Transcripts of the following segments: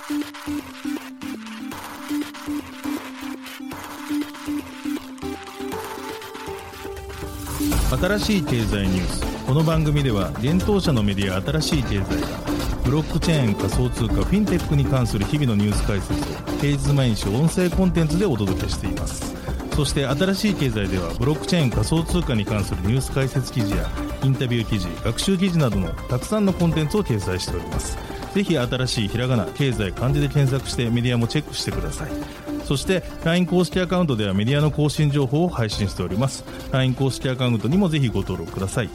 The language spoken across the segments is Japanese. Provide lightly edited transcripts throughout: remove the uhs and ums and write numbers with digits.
新しい経済ニュース。この番組では現当社のメディア新しい経済がブロックチェーン、仮想通貨、フィンテックに関する日々のニュース解説を平日毎日音声コンテンツでお届けしています。そして新しい経済ではブロックチェーン、仮想通貨に関するニュース解説記事やインタビュー記事、学習記事などのたくさんのコンテンツを掲載しております。ぜひ新しいひらがな、経済、漢字で検索してメディアもチェックしてください。そして LINE 公式アカウントではメディアの更新情報を配信しております。 LINE 公式アカウントにもぜひご登録ください。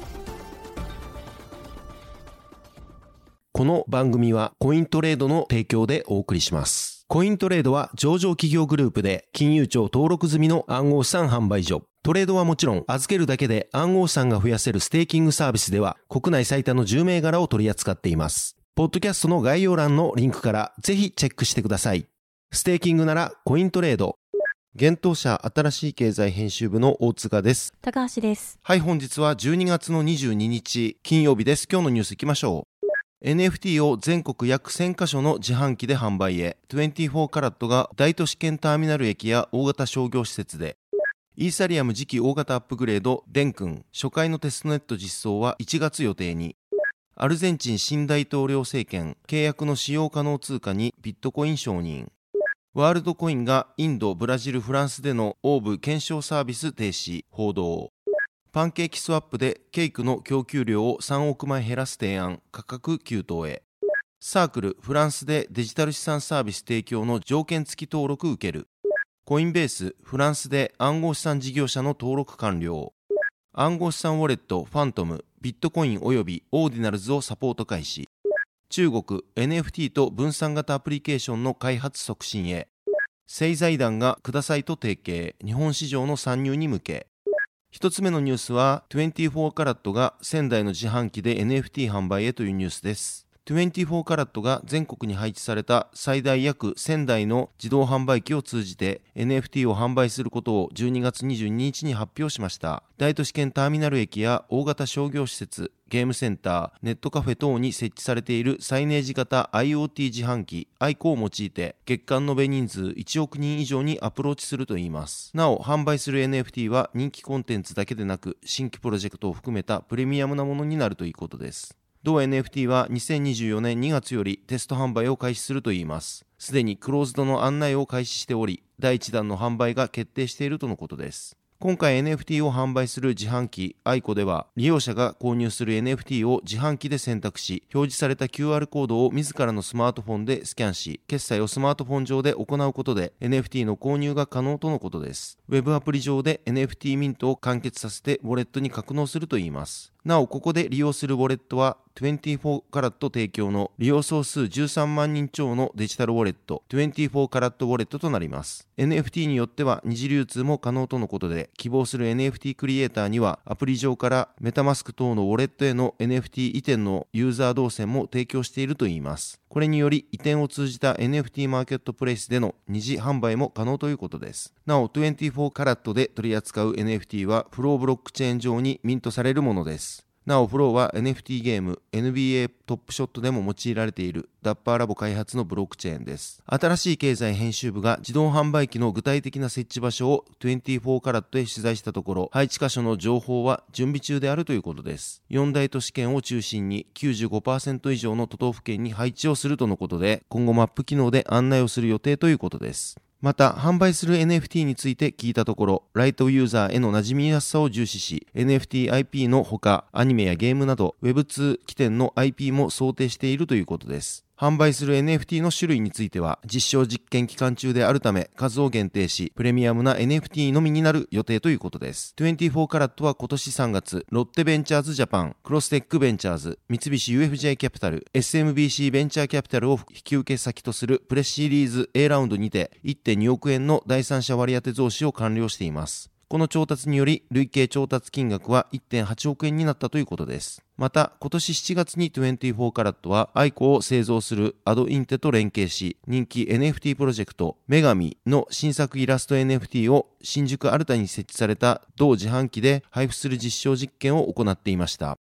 この番組はコイントレードの提供でお送りします。コイントレードは上場企業グループで金融庁登録済みの暗号資産販売所。トレードはもちろん預けるだけで暗号資産が増やせるステーキングサービスでは国内最多の10銘柄を取り扱っています。ポッドキャストの概要欄のリンクからぜひチェックしてください。ステーキングならコイントレード。現当社新しい経済編集部の大塚です。 高橋です。 はい、本日は12月の22日金曜日です。今日のニュースいきましょう。NFT を全国約1000カ所の自販機で販売へ。24カラットが大都市圏ターミナル駅や大型商業施設で。イーサリアム次期大型アップグレードデン君初回のテストネット実装は1月予定に。アルゼンチン新大統領政権契約の使用可能通貨にビットコイン承認。ワールドコインがインド、ブラジル、フランスでのオーブ検証サービス停止報道。パンケーキスワップでケーキの供給量を3億枚減らす提案、価格急騰へ。サークル、フランスでデジタル資産サービス提供の条件付き登録受ける。コインベース、フランスで暗号資産事業者の登録完了。暗号資産ウォレット、ファントム、ビットコイン及びオーディナルズをサポート開始。中国 NFT と分散型アプリケーションの開発促進へ。政財団がくださいと提携、日本市場の参入に向け。一つ目のニュースは24カラットが仙台の自販機で NFT 販売へというニュースです。24カラットが全国に配置された最大約1000台の自動販売機を通じて NFT を販売することを12月22日に発表しました。大都市圏ターミナル駅や大型商業施設、ゲームセンター、ネットカフェ等に設置されているサイネージ型 IoT 自販機 ICO を用いて月間延べ人数1億人以上にアプローチするといいます。なお販売する NFT は人気コンテンツだけでなく新規プロジェクトを含めたプレミアムなものになるということです。同 NFT は2024年2月よりテスト販売を開始するといいます。すでにクローズドの案内を開始しており、第1弾の販売が決定しているとのことです。今回 NFT を販売する自販機 ICO では、利用者が購入する NFT を自販機で選択し、表示された QR コードを自らのスマートフォンでスキャンし、決済をスマートフォン上で行うことで NFT の購入が可能とのことです。ウェブアプリ上で NFT ミントを完結させてウォレットに格納するといいます。なお、ここで利用するウォレットは24カラット提供の利用総数13万人超のデジタルウォレット24カラットウォレットとなります。 NFT によっては二次流通も可能とのことで、希望する NFT クリエイターにはアプリ上からメタマスク等のウォレットへの NFT 移転のユーザー動線も提供しているといいます。これにより移転を通じた NFT マーケットプレイスでの二次販売も可能ということです。なお24カラットで取り扱う NFT はフローブロックチェーン上にミントされるものです。なおフローは NFT ゲーム NBA トップショットでも用いられているダッパーラボ開発のブロックチェーンです。新しい経済編集部が自動販売機の具体的な設置場所を24カラットへ取材したところ、配置箇所の情報は準備中であるということです。4大都市圏を中心に 95% 以上の都道府県に配置をするとのことで、今後マップ機能で案内をする予定ということです。また販売する NFT について聞いたところ、ライトユーザーへの馴染みやすさを重視し、 NFTIP のほかアニメやゲームなど Web2 起点の IP も想定しているということです。販売する NFT の種類については実証実験期間中であるため数を限定し、プレミアムな NFT のみになる予定ということです。24カラットは今年3月、ロッテベンチャーズジャパン、クロステックベンチャーズ、三菱 UFJ キャピタル、SMBC ベンチャーキャピタルを引き受け先とするプレシリーズ A ラウンドにて 1.2 億円の第三者割当増資を完了しています。この調達により累計調達金額は 1.8 億円になったということです。また今年7月に24カラットは ICO を製造するアドインテと連携し、人気 NFT プロジェクトメガミの新作イラスト NFT を新宿新たに設置された同自販機で配布する実証実験を行っていました。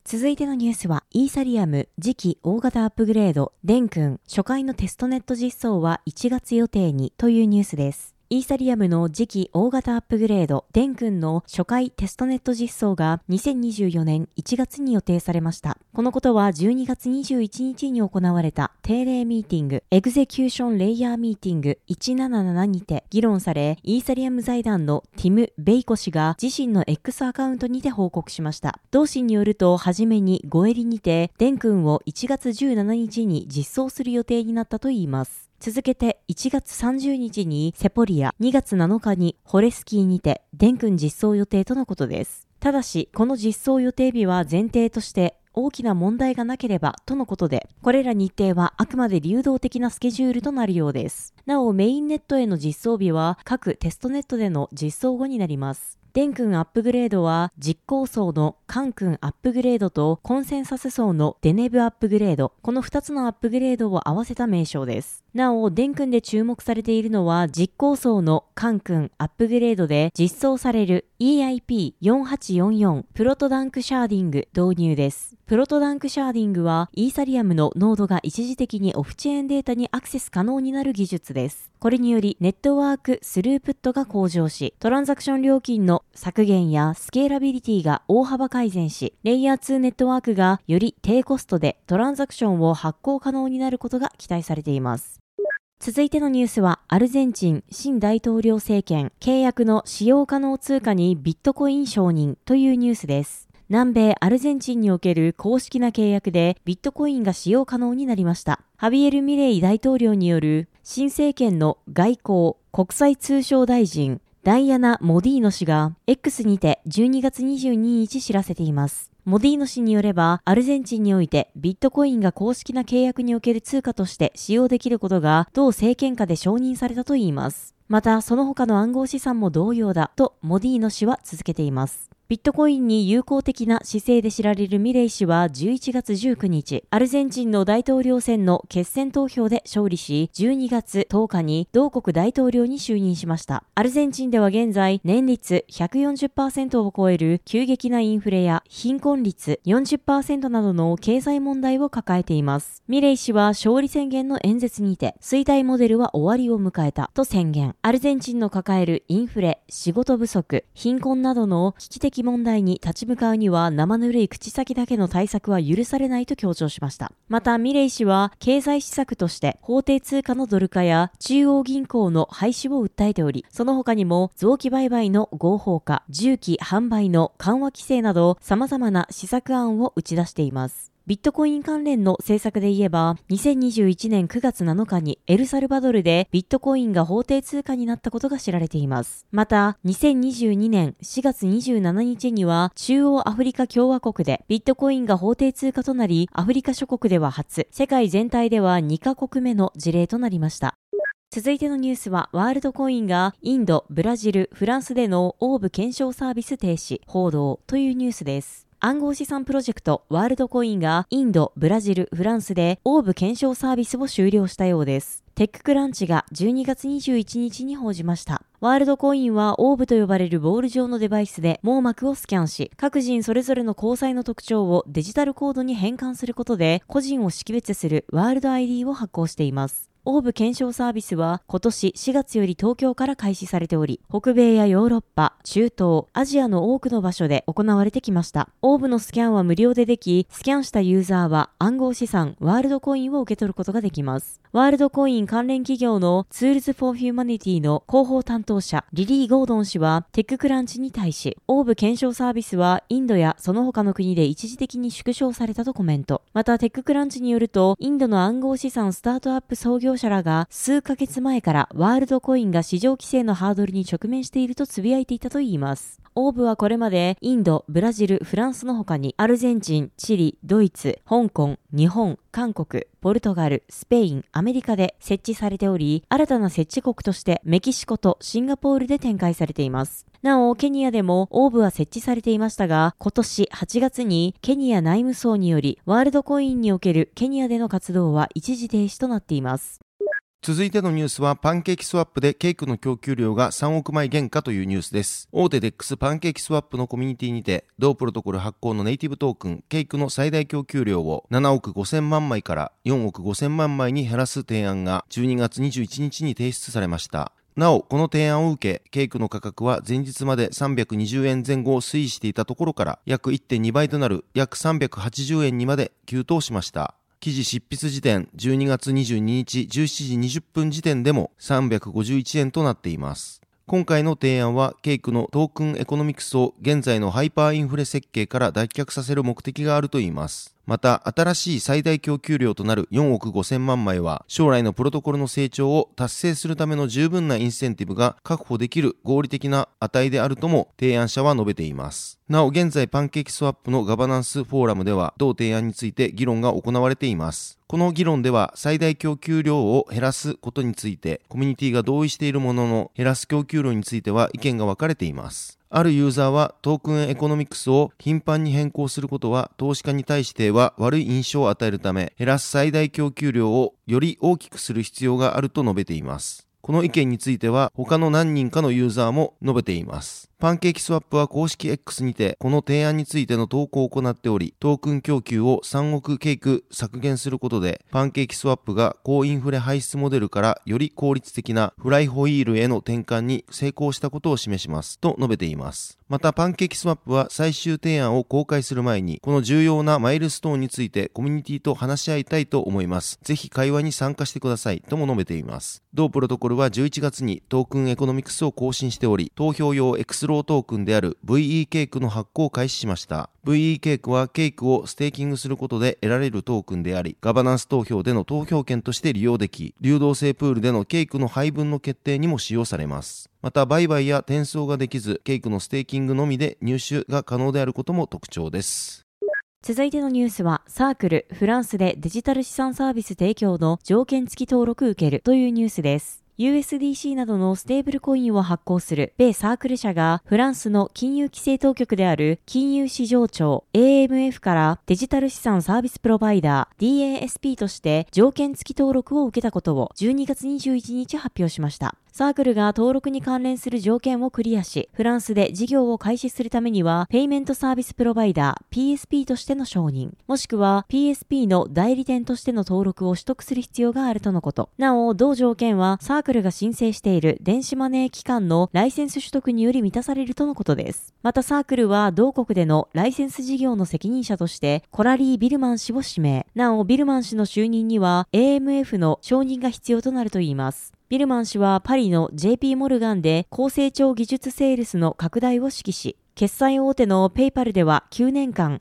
続いてのニュースは、イーサリアム次期大型アップグレード、デン君初回のテストネット実装は1月予定にというニュースです。イーサリアムの次期大型アップグレード、デン君の初回テストネット実装が2024年1月に予定されました。このことは12月21日に行われた定例ミーティング、エグゼキューションレイヤーミーティング177にて議論され、イーサリアム財団のティム・ベイコ氏が自身の X アカウントにて報告しました。同誌によると、はじめにゴエリにて、デン君を1月17日に実装する予定になったといいます。続けて1月30日にセポリア、2月7日にホレスキーにてデン君実装予定とのことです。ただし、この実装予定日は前提として大きな問題がなければとのことで、これら日程はあくまで流動的なスケジュールとなるようです。なお、メインネットへの実装日は各テストネットでの実装後になります。デン君アップグレードは実行層のカン君アップグレードとコンセンサス層のデネブアップグレード、この2つのアップグレードを合わせた名称です。なお、デン君で注目されているのは実行層のカン君アップグレードで実装される EIP4844 プロトダンクシャーディング導入です。プロトダンクシャーディングはイーサリアムのノードが一時的にオフチェーンデータにアクセス可能になる技術です。これによりネットワークスループットが向上し、トランザクション料金の削減やスケーラビリティが大幅改善し、レイヤー2ネットワークがより低コストでトランザクションを発行可能になることが期待されています。続いてのニュースは、アルゼンチン新大統領政権契約の使用可能通貨にビットコイン承認というニュースです。南米アルゼンチンにおける公式な契約でビットコインが使用可能になりました。ハビエル・ミレイ大統領による新政権の外交・国際通商大臣ダイアナ・モディーノ氏が X にて12月22日知らせています。モディーノ氏によれば、アルゼンチンにおいてビットコインが公式な契約における通貨として使用できることが同政権下で承認されたといいます。また、その他の暗号資産も同様だとモディーノ氏は続けています。ビットコインに友好的な姿勢で知られるミレイ氏は11月19日、アルゼンチンの大統領選の決選投票で勝利し、12月10日に同国大統領に就任しました。アルゼンチンでは現在、年率 140% を超える急激なインフレや貧困率 40% などの経済問題を抱えています。ミレイ氏は勝利宣言の演説にて、衰退モデルは終わりを迎えたと宣言。アルゼンチンの抱えるインフレ、仕事不足、貧困などの危機的問題に立ち向かうには生ぬるい口先だけの対策は許されないと強調しました。またミレイ氏は経済施策として法定通貨のドル化や中央銀行の廃止を訴えており、その他にも臓器売買の合法化、銃器販売の緩和規制など様々な施策案を打ち出しています。ビットコイン関連の政策で言えば、2021年9月7日にエルサルバドルでビットコインが法定通貨になったことが知られています。また、2022年4月27日には中央アフリカ共和国でビットコインが法定通貨となり、アフリカ諸国では初、世界全体では2カ国目の事例となりました。続いてのニュースは、ワールドコインがインド、ブラジル、フランスでのオーブ検証サービス停止、報道というニュースです。暗号資産プロジェクトワールドコインがインド、ブラジル、フランスでオーブ検証サービスを終了したようです。テッククランチが12月21日に報じました。ワールドコインはオーブと呼ばれるボール状のデバイスで網膜をスキャンし、各人それぞれの交際の特徴をデジタルコードに変換することで個人を識別するワールド ID を発行しています。オーブ検証サービスは今年4月より東京から開始されており、北米やヨーロッパ、中東、アジアの多くの場所で行われてきました。オーブのスキャンは無料ででき、スキャンしたユーザーは暗号資産ワールドコインを受け取ることができます。ワールドコイン関連企業のツールズ・フォー・ヒューマニティの広報担当者リリー・ゴードン氏はテッククランチに対し、オーブ検証サービスはインドやその他の国で一時的に縮小されたとコメント。またテッククランチによると、インドの暗号資産スタートアップ創業者らが数ヶ月前からワールドコインが市場規制のハードルに直面しているとつぶやいていたといいます。オーブはこれまでインド、ブラジル、フランスの他にアルゼンチン、チリ、ドイツ、香港、日本、韓国、ポルトガル、スペイン、アメリカで設置されており、新たな設置国としてメキシコとシンガポールで展開されています。なお、ケニアでもオーブは設置されていましたが、今年8月にケニア内務省によりワールドコインにおけるケニアでの活動は一時停止となっています。 続いてのニュースはパンケーキスワップでケークの供給量が3億枚減価というニュースです。大手 DEX パンケーキスワップのコミュニティにて同プロトコル発行のネイティブトークンケークの最大供給量を7億5000万枚から4億5000万枚に減らす提案が12月21日に提出されました。なお、この提案を受け、ケークの価格は前日まで320円前後を推移していたところから約 1.2 倍となる約380円にまで急騰しました。記事執筆時点12月22日17時20分時点でも351円となっています。今回の提案はケークのトークンエコノミクスを現在のハイパーインフレ設計から脱却させる目的があるといいます。また新しい最大供給量となる4億5000万枚は将来のプロトコルの成長を達成するための十分なインセンティブが確保できる合理的な値であるとも提案者は述べています。なお現在パンケーキスワップのガバナンスフォーラムでは同提案について議論が行われています。この議論では最大供給量を減らすことについてコミュニティが同意しているものの減らす供給量については意見が分かれています。あるユーザーはトークンエコノミクスを頻繁に変更することは投資家に対しては悪い印象を与えるため減らす最大供給量をより大きくする必要があると述べています。この意見については他の何人かのユーザーも述べています。パンケーキスワップは公式 X にてこの提案についての投稿を行っており、トークン供給を3億ケーク削減することでパンケーキスワップが高インフレ排出モデルからより効率的なフライホイールへの転換に成功したことを示しますと述べています。またパンケーキスワップは最終提案を公開する前にこの重要なマイルストーンについてコミュニティと話し合いたいと思います。ぜひ会話に参加してくださいとも述べています。同プロトコルは11月にトークンエコノミクスを更新しており、投票用 X ロートークンであるVE ケークの発行を開始しました。VE ケークはケークをステーキングすることで得られるトークンであり、ガバナンス投票での投票権として利用でき、流動性プールでのケークの配分の決定にも使用されます。また売買や転送ができず、ケークのステーキングのみで入手が可能であることも特徴です。 続いてのニュースは、サークル、フランスでデジタル資産サービス提供の条件付き登録受けるというニュースです。USDC などのステーブルコインを発行する米サークル社がフランスの金融規制当局である金融市場庁 AMF からデジタル資産サービスプロバイダー DASP として条件付き登録を受けたことを12月21日発表しました。サークルが登録に関連する条件をクリアし、フランスで事業を開始するためには、ペイメントサービスプロバイダー PSP としての承認、もしくは PSP の代理店としての登録を取得する必要があるとのこと。なお、同条件はサークルが申請している電子マネー機関のライセンス取得により満たされるとのことです。またサークルは同国でのライセンス事業の責任者としてコラリー・ビルマン氏を指名。なお、ビルマン氏の就任には AMF の承認が必要となるといいます。ビルマン氏はパリの JP モルガンで高成長技術セールスの拡大を指揮し、決済大手のペイパルでは9年間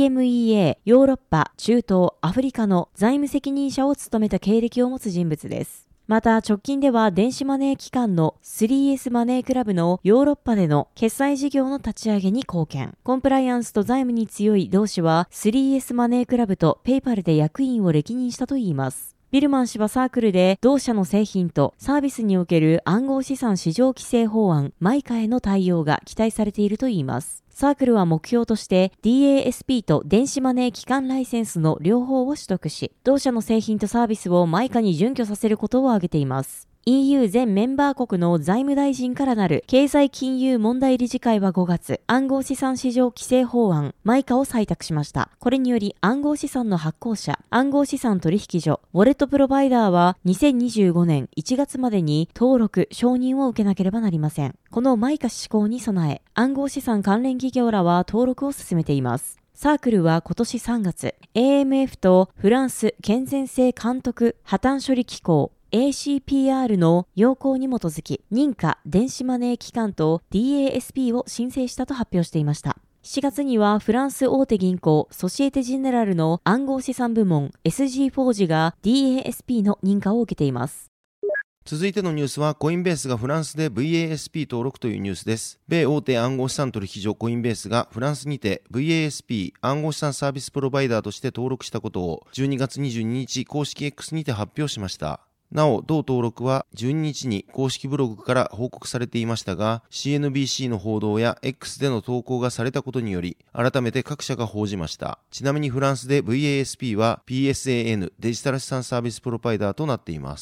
EMEA、ヨーロッパ、中東、アフリカの財務責任者を務めた経歴を持つ人物です。また直近では電子マネー機関の 3S マネークラブのヨーロッパでの決済事業の立ち上げに貢献。コンプライアンスと財務に強い同氏は 3S マネークラブとペイパルで役員を歴任したといいます。ビルマン氏はサークルで同社の製品とサービスにおける暗号資産市場規制法案マイカへの対応が期待されているといいます。サークルは目標として DASP と電子マネー機関ライセンスの両方を取得し、同社の製品とサービスをマイカに準拠させることを挙げています。EU 全メンバー国の財務大臣からなる経済金融問題理事会は5月、暗号資産市場規制法案マイカを採択しました。これにより暗号資産の発行者、暗号資産取引所、ウォレットプロバイダーは2025年1月までに登録、承認を受けなければなりません。このマイカ施行に備え、暗号資産関連企業らは登録を進めています。サークルは今年3月、AMF とフランス健全性監督破綻処理機構ACPR の要項に基づき、認可電子マネー機関と DASP を申請したと発表していました。7月にはフランス大手銀行ソシエテジェネラルの暗号資産部門 SG フォージが DASP の認可を受けています。 続いてのニュースはコインベースがフランスで VASP 登録というニュースです。米大手暗号資産取引所コインベースがフランスにて VASP 暗号資産サービスプロバイダーとして登録したことを12月22日公式 X にて発表しました。なお、同登録は12日に公式ブログから報告されていましたが、CNBC の報道や X での投稿がされたことにより、改めて各社が報じました。ちなみにフランスで VASP は PSAN デジタル資産サービスプロバイダーとなっています。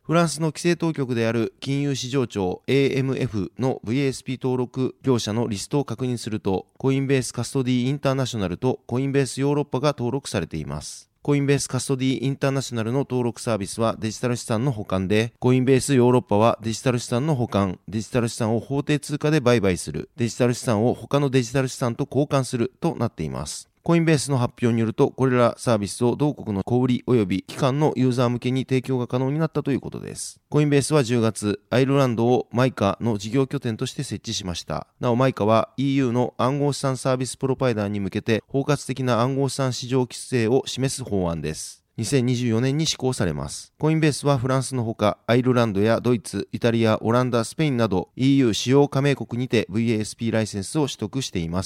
フランスの規制当局である金融市場庁 AMF の VASP 登録業者のリストを確認すると、コインベースカストディインターナショナルとコインベースヨーロッパが登録されています。コインベースカストディインターナショナルの登録サービスはデジタル資産の保管で、コインベースヨーロッパはデジタル資産の保管、デジタル資産を法定通貨で売買する、デジタル資産を他のデジタル資産と交換するとなっています。コインベースの発表によると、これらサービスを同国の小売及び機関のユーザー向けに提供が可能になったということです。コインベースは10月、アイルランドをマイカの事業拠点として設置しました。なおマイカは EU の暗号資産サービスプロバイダーに向けて包括的な暗号資産市場規制を示す法案です。2024年に施行されます。コインベースはフランスのほか、アイルランドやドイツ、イタリア、オランダ、スペインなど EU 主要加盟国にて VASP ライセンスを取得しています。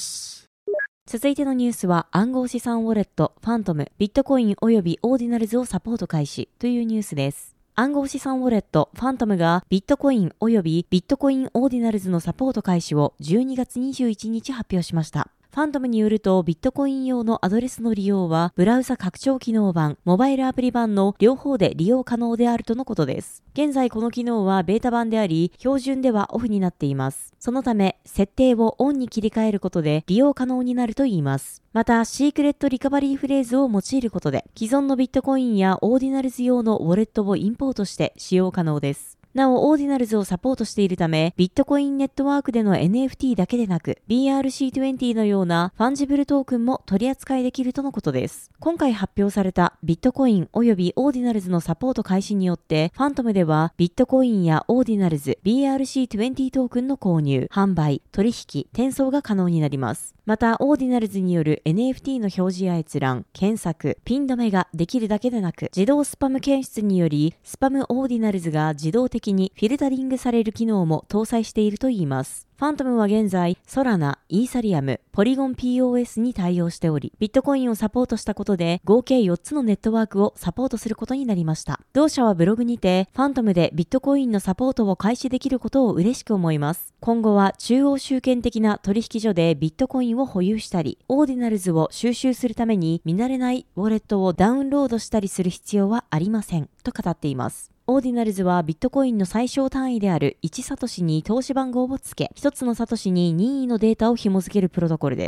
続いてのニュースは暗号資産ウォレット、ファントム、ビットコイン及びオーディナルズをサポート開始というニュースです。暗号資産ウォレット、ファントムがビットコイン及びビットコインオーディナルズのサポート開始を12月21日発表しました。ファントムによると、ビットコイン用のアドレスの利用は、ブラウザ拡張機能版、モバイルアプリ版の両方で利用可能であるとのことです。現在この機能はベータ版であり、標準ではオフになっています。そのため、設定をオンに切り替えることで利用可能になるといいます。また、シークレットリカバリーフレーズを用いることで、既存のビットコインやオーディナルズ用のウォレットをインポートして使用可能です。なお、オーディナルズをサポートしているため、ビットコインネットワークでの NFT だけでなく、BRC20 のようなファンジブルトークンも取り扱いできるとのことです。今回発表されたビットコイン及びオーディナルズのサポート開始によって、ファントムではビットコインやオーディナルズ、BRC20 トークンの購入、販売、取引、転送が可能になります。また、オーディナルズによる NFT の表示や閲覧、検索、ピン止めができるだけでなく、自動スパム検出により、スパムオーディナルズが自動的にフィルタリングされる機能も搭載しているといいます。ファントムは現在、ソラナ、イーサリアム、ポリゴン POS に対応しており、ビットコインをサポートしたことで、合計4つのネットワークをサポートすることになりました。同社はブログにて、ファントムでビットコインのサポートを開始できることを嬉しく思います。今後は中央集権的な取引所でビットコインを保有したり、オーディナルズを収集するために見慣れないウォレットをダウンロードしたりする必要はありません、と語っています。オーディナルズはビットコインの最小単位である1サトシに投資番号をつけ、1つのサトシに任意のデータを紐付けるプロトコルです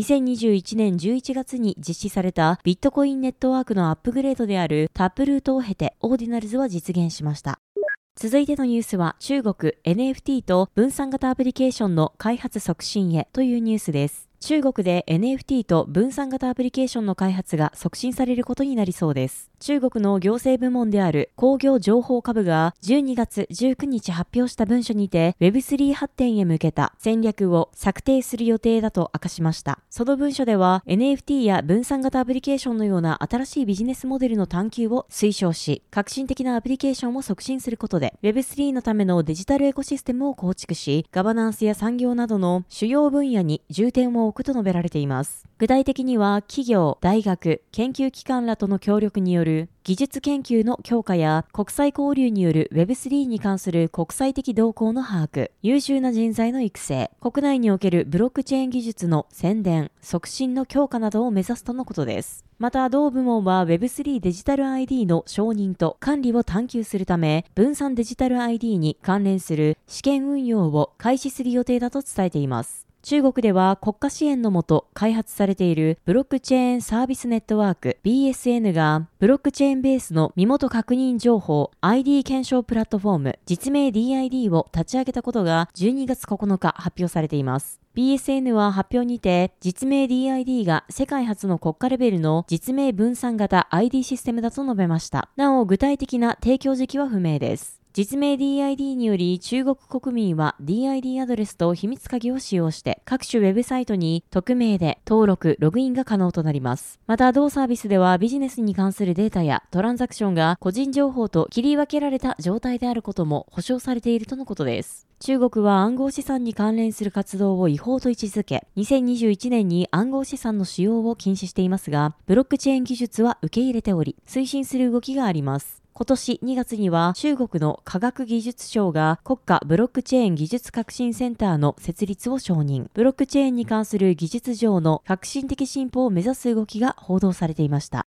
。2021年11月に実施されたビットコインネットワークのアップグレードであるタップルートを経て、オーディナルズは実現しました。続いてのニュースは中国 NFT と分散型アプリケーションの開発促進へというニュースです。中国で NFT と分散型アプリケーションの開発が促進されることになりそうです。中国の行政部門である工業情報科部が12月19日発表した文書にて Web3 発展へ向けた戦略を策定する予定だと明かしました。その文書では NFT や分散型アプリケーションのような新しいビジネスモデルの探求を推奨し、革新的なアプリケーションを促進することで Web3 のためのデジタルエコシステムを構築し、ガバナンスや産業などの主要分野に重点を置くと述べられています。具体的には企業、大学、研究機関らとの協力による技術研究の強化や国際交流による Web3 に関する国際的動向の把握、優秀な人材の育成、国内におけるブロックチェーン技術の宣伝、促進の強化などを目指すとのことです。また同部門は Web3 デジタル ID の承認と管理を探求するため、分散デジタル ID に関連する試験運用を開始する予定だと伝えています。中国では国家支援のもと開発されているブロックチェーンサービスネットワーク BSN がブロックチェーンベースの身元確認情報 ID 検証プラットフォーム実名 DID を立ち上げたことが12月9日発表されています。BSN は発表にて実名 DID が世界初の国家レベルの実名分散型 ID システムだと述べました。なお具体的な提供時期は不明です。実名 DID により中国国民は DID アドレスと秘密鍵を使用して各種ウェブサイトに匿名で登録・ログインが可能となります。また同サービスではビジネスに関するデータやトランザクションが個人情報と切り分けられた状態であることも保証されているとのことです。中国は暗号資産に関連する活動を違法と位置づけ、2021年に暗号資産の使用を禁止していますが、ブロックチェーン技術は受け入れており、推進する動きがあります。今年2月には中国の科学技術省が国家ブロックチェーン技術革新センターの設立を承認。ブロックチェーンに関する技術上の革新的進歩を目指す動きが報道されていました。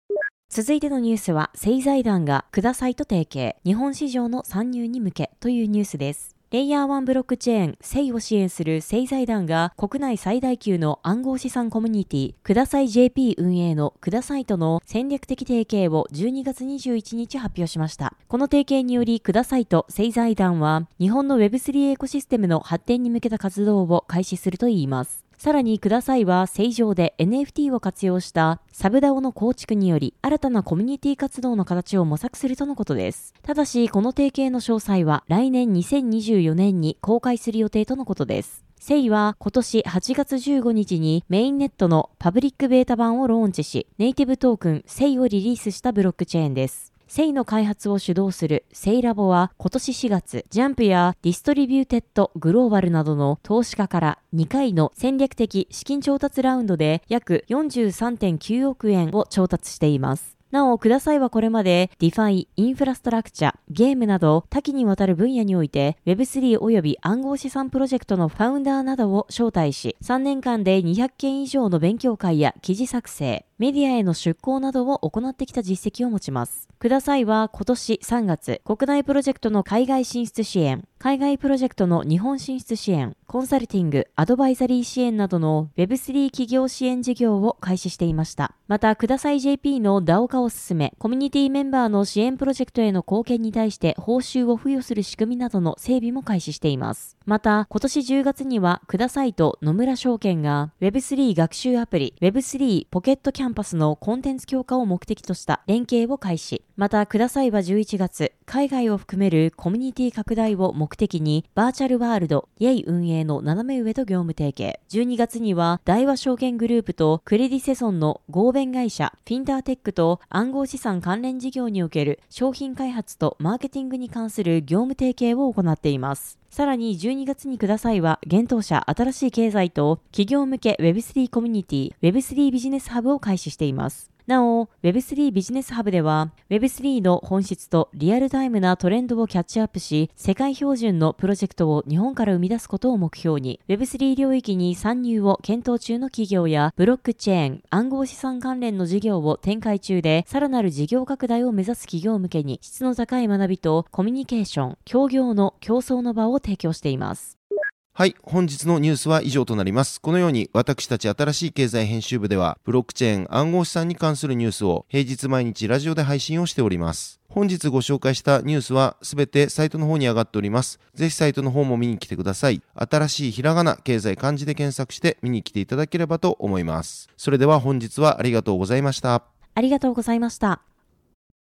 続いてのニュースは、セイ財団がくださいと提携、日本市場の参入に向けというニュースです。レイヤー1ブロックチェーン、セイを支援するセイ財団が国内最大級の暗号資産コミュニティ、ください JP 運営のくださいとの戦略的提携を12月21日発表しました。この提携によりくださいとセイ財団は日本の Web3 エコシステムの発展に向けた活動を開始するといいます。さらにくださいはセイ上で NFT を活用したサブ DAO の構築により新たなコミュニティ活動の形を模索するとのことです。ただしこの提携の詳細は来年2024年に公開する予定とのことです。セイは今年8月15日にメインネットのパブリックベータ版をローンチし、ネイティブトークンセイをリリースしたブロックチェーンです。セイの開発を主導するセイラボは今年4月、ジャンプやディストリビューテッドグローバルなどの投資家から2回の戦略的資金調達ラウンドで約 43.9 億円を調達しています。なお、くださいはこれまで DeFi、インフラストラクチャ、ゲームなど多岐にわたる分野において Web3 および暗号資産プロジェクトのファウンダーなどを招待し、3年間で200件以上の勉強会や記事作成、メディアへの出向などを行ってきた実績を持ちます。くださいは今年3月、国内プロジェクトの海外進出支援、海外プロジェクトの日本進出支援、コンサルティング、アドバイザリー支援などの Web3 企業支援事業を開始していました。また、ください JP の DAO 化を進め、コミュニティメンバーの支援プロジェクトへの貢献に対して報酬を付与する仕組みなどの整備も開始しています。また、今年10月には、くださいと野村証券が Web3 学習アプリ Web3 ポケットキャンパスのコンテンツ強化を目的とした連携を開始。また、くださいは11月、海外を含めるコミュニティ拡大を目的に、バーチャルワールド、イェイ運営の斜め上と業務提携。12月には、大和証券グループとクレディセソンの合弁会社、フィンターテックと暗号資産関連事業における商品開発とマーケティングに関する業務提携を行っています。さらに12月にくださいは、現当社新しい経済と企業向け Web3 コミュニティ Web3 ビジネスハブを開始しています。なお、Web3 ビジネスハブでは、Web3 の本質とリアルタイムなトレンドをキャッチアップし、世界標準のプロジェクトを日本から生み出すことを目標に、Web3 領域に参入を検討中の企業や、ブロックチェーン、暗号資産関連の事業を展開中で、さらなる事業拡大を目指す企業向けに、質の高い学びとコミュニケーション、協業の競争の場を提供しています。 はい、本日のニュースは以上となります。このように私たち新しい経済編集部ではブロックチェーン暗号資産に関するニュースを平日毎日ラジオで配信をしております。本日ご紹介したニュースはすべてサイトの方に上がっております。ぜひサイトの方も見に来てください。新しいひらがな、経済漢字で検索して見に来ていただければと思います。それでは本日はありがとうございました。 ありがとうございました。